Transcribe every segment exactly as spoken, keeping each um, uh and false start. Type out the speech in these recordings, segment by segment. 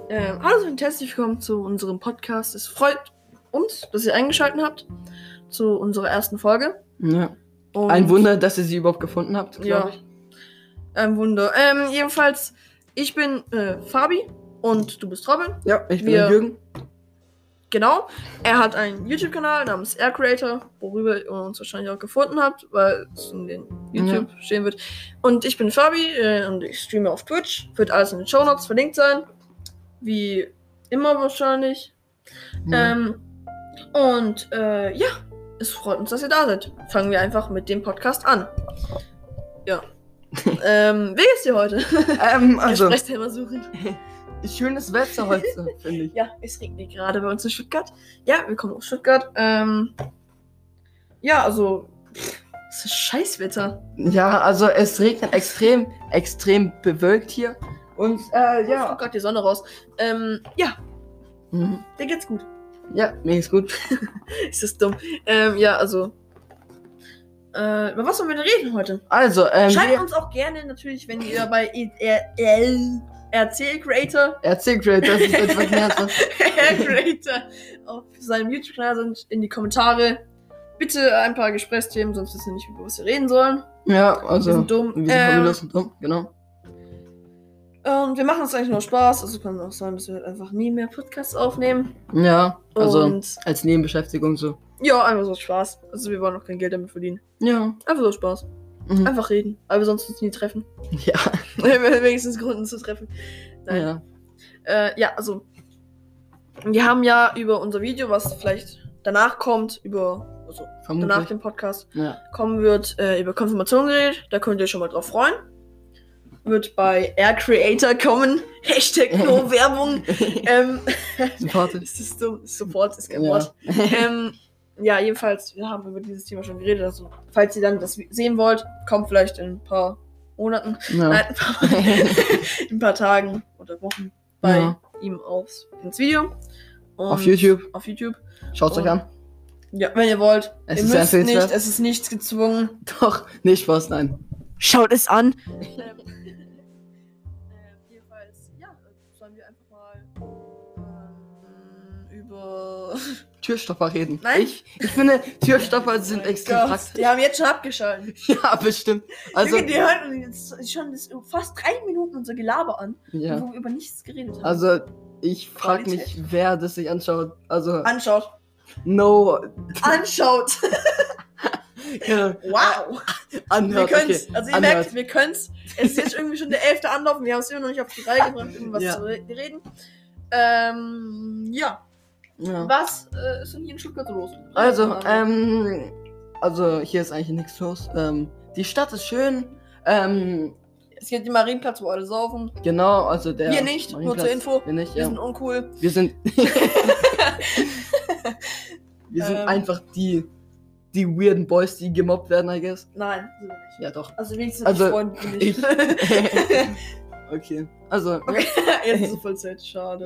Ähm, hallo und herzlich willkommen zu unserem Podcast. Es freut uns, dass ihr eingeschaltet habt zu unserer ersten Folge. Ja. Und Ein Wunder, dass ihr sie überhaupt gefunden habt, ja, glaube ich. Ein Wunder. Ähm, jedenfalls, ich bin äh, Fabi und du bist Robin. Ja, ich bin Wir- der Jürgen. Genau. Er hat einen YouTube-Kanal namens Air Creator, worüber ihr uns wahrscheinlich auch gefunden habt, weil es in den YouTube stehen wird. Und ich bin Fabi äh, und ich streame auf Twitch. Wird alles in den Shownotes verlinkt sein. Wie immer wahrscheinlich. Ja. Ähm, und äh, ja, es freut uns, dass ihr da seid. Fangen wir einfach mit dem Podcast an. Ja. ähm, wie geht's dir heute? ähm, also, Gesprächsthema suchen. schönes Wetter heute, finde ich. Ja, es regnet gerade bei uns in Stuttgart. Ja, wir kommen aus Stuttgart. Ähm, ja, also, pff, es ist Scheißwetter. Ja, also es regnet extrem, extrem bewölkt hier. Und, äh, Ja. ja. Oh Gott, die Sonne raus. Ähm, ja, Mhm. dir geht's gut. Ja, mir geht's gut. Ist das dumm? Ähm, ja, also, äh, über was wollen wir denn reden heute? Also, ähm, Schreibt wir- uns auch gerne natürlich, wenn ihr bei R C Creator, erzähl, Creator, das ist etwas mehr als was. R Creator auf seinem YouTube-Kanal sind, in die Kommentare. Bitte ein paar Gesprächsthemen, sonst wissen wir nicht, über was wir reden sollen. Ja, also. Wir sind dumm. Wir sind Ähm, hobbylos und dumm, genau. Und wir machen uns eigentlich nur Spaß. Also kann auch sein, dass wir halt einfach nie mehr Podcasts aufnehmen. Ja, also Und als Nebenbeschäftigung so. ja, einfach so Spaß. Also wir wollen auch kein Geld damit verdienen. Ja. Einfach so Spaß. Mhm. Einfach reden. Aber wir sonst uns nie treffen. Ja. Wenigstens Gründen zu treffen. Nein. Ja. Äh, ja, also wir haben ja über unser Video, was vielleicht danach kommt, über also Vermutlich. danach dem Podcast Ja. kommen wird, äh, über Konfirmation geredet. Da könnt ihr euch schon mal drauf freuen. Wird bei Air Creator kommen. Hashtag no Werbung. ähm, Sympathisch. ist das dumm? Support ist kein Ja. Wort. ähm, ja, jedenfalls, wir haben über dieses Thema schon geredet. Also, falls ihr dann das sehen wollt, kommt vielleicht in ein paar Monaten, Ja. nein, ein paar, in ein paar Tagen oder Wochen bei Ja. ihm aufs, ins Video. Und Auf YouTube. Auf YouTube. Schaut's euch Und- an. Ja, wenn ihr wollt. Es ihr ist sehr müsst nicht, empfehlenswert. es ist nichts gezwungen. Doch, nicht Spaß, nein. Schaut es an. ähm, äh, jedenfalls, ja, sollen wir einfach mal ähm, über. Türstopper reden. Nein. Ich, ich finde, Türstopper sind Mein extrem Gott, praktisch. Die haben jetzt schon abgeschaltet. Ja, bestimmt. Also, Also, die hören jetzt schon das, fast drei Minuten unser Gelaber an, ja. wo wir über nichts geredet haben. Also, ich frage Qualität. mich, wer das sich anschaut. Also, Anschaut. no. Anschaut. Ja, Wow. Wir anhört, können's. okay. Also ihr Anhört. merkt, wir können's. Es ist jetzt irgendwie schon der elfte Anlauf und wir haben es immer noch nicht auf die Reihe gebracht, irgendwas Ja. zu re reden. Ähm, ja. Ja. Was äh, ist denn hier in Stuttgart so los? Also, ähm, also hier ist eigentlich nichts los. Ähm, die Stadt ist schön. Ähm, Es gibt den Marienplatz, wo alle saufen. genau, also der. Wir nicht, nur Marienplatz- zur Info. Wir nicht, Wir ja. sind uncool. Wir sind. Wir sind Ähm. einfach die, die weirden Boys, die gemobbt werden, I guess. Nein, sind wir nicht. Ja, doch. Also wenigstens Also, also, Freunde bin ich. ich- Okay. Also. Okay, jetzt ist es voll Zeit. Schade.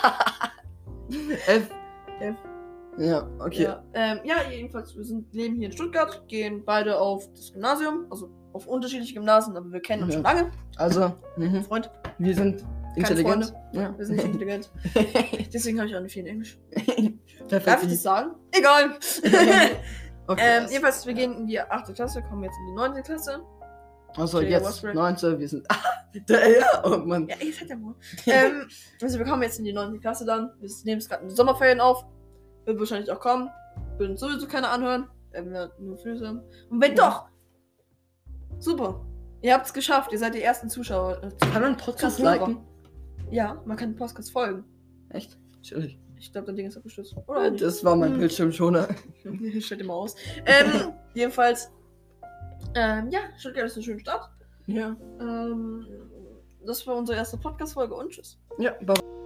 F. F. Ja, okay. Ja, ähm, ja, jedenfalls, wir sind, leben hier in Stuttgart, gehen beide auf das Gymnasium, also auf unterschiedliche Gymnasien, aber wir kennen uns Ja. schon lange. Also, mhm. Freund, wir sind intelligent. Freunde. Ja. wir sind nicht intelligent. Deswegen habe ich auch nicht viel in Englisch. Perfekt. Darf ich das sagen? Egal. Okay. ähm, jedenfalls, wir gehen in die achte Klasse, kommen jetzt in die neunte Klasse. also Okay, jetzt what's right? neunte, wir sind. Der, ja, oh Mann. Ja, ey, jetzt hat der Mund. ähm, also wir kommen jetzt in die neunte Klasse dann. Wir nehmen es gerade in die Sommerferien auf. Wird wahrscheinlich auch kommen. Würden sowieso keiner anhören. Wenn wir nur Füße haben. Und wenn Ja. doch! Super. Ihr habt es geschafft. Ihr seid die ersten Zuschauer. Äh, Kann man einen Podcast Zuhörer. liken? Ja, man kann den Podcast folgen. Echt? Chillig. Ich glaube, dein Ding ist abgestürzt. Oder auch nicht. Das war mein Hm. Bildschirmschoner. Stellt immer aus. Ähm, jedenfalls. Ähm, ja, Stuttgart ist eine schöne Stadt. Ja. Ähm, das war unsere erste Podcast-Folge und tschüss. Ja, aber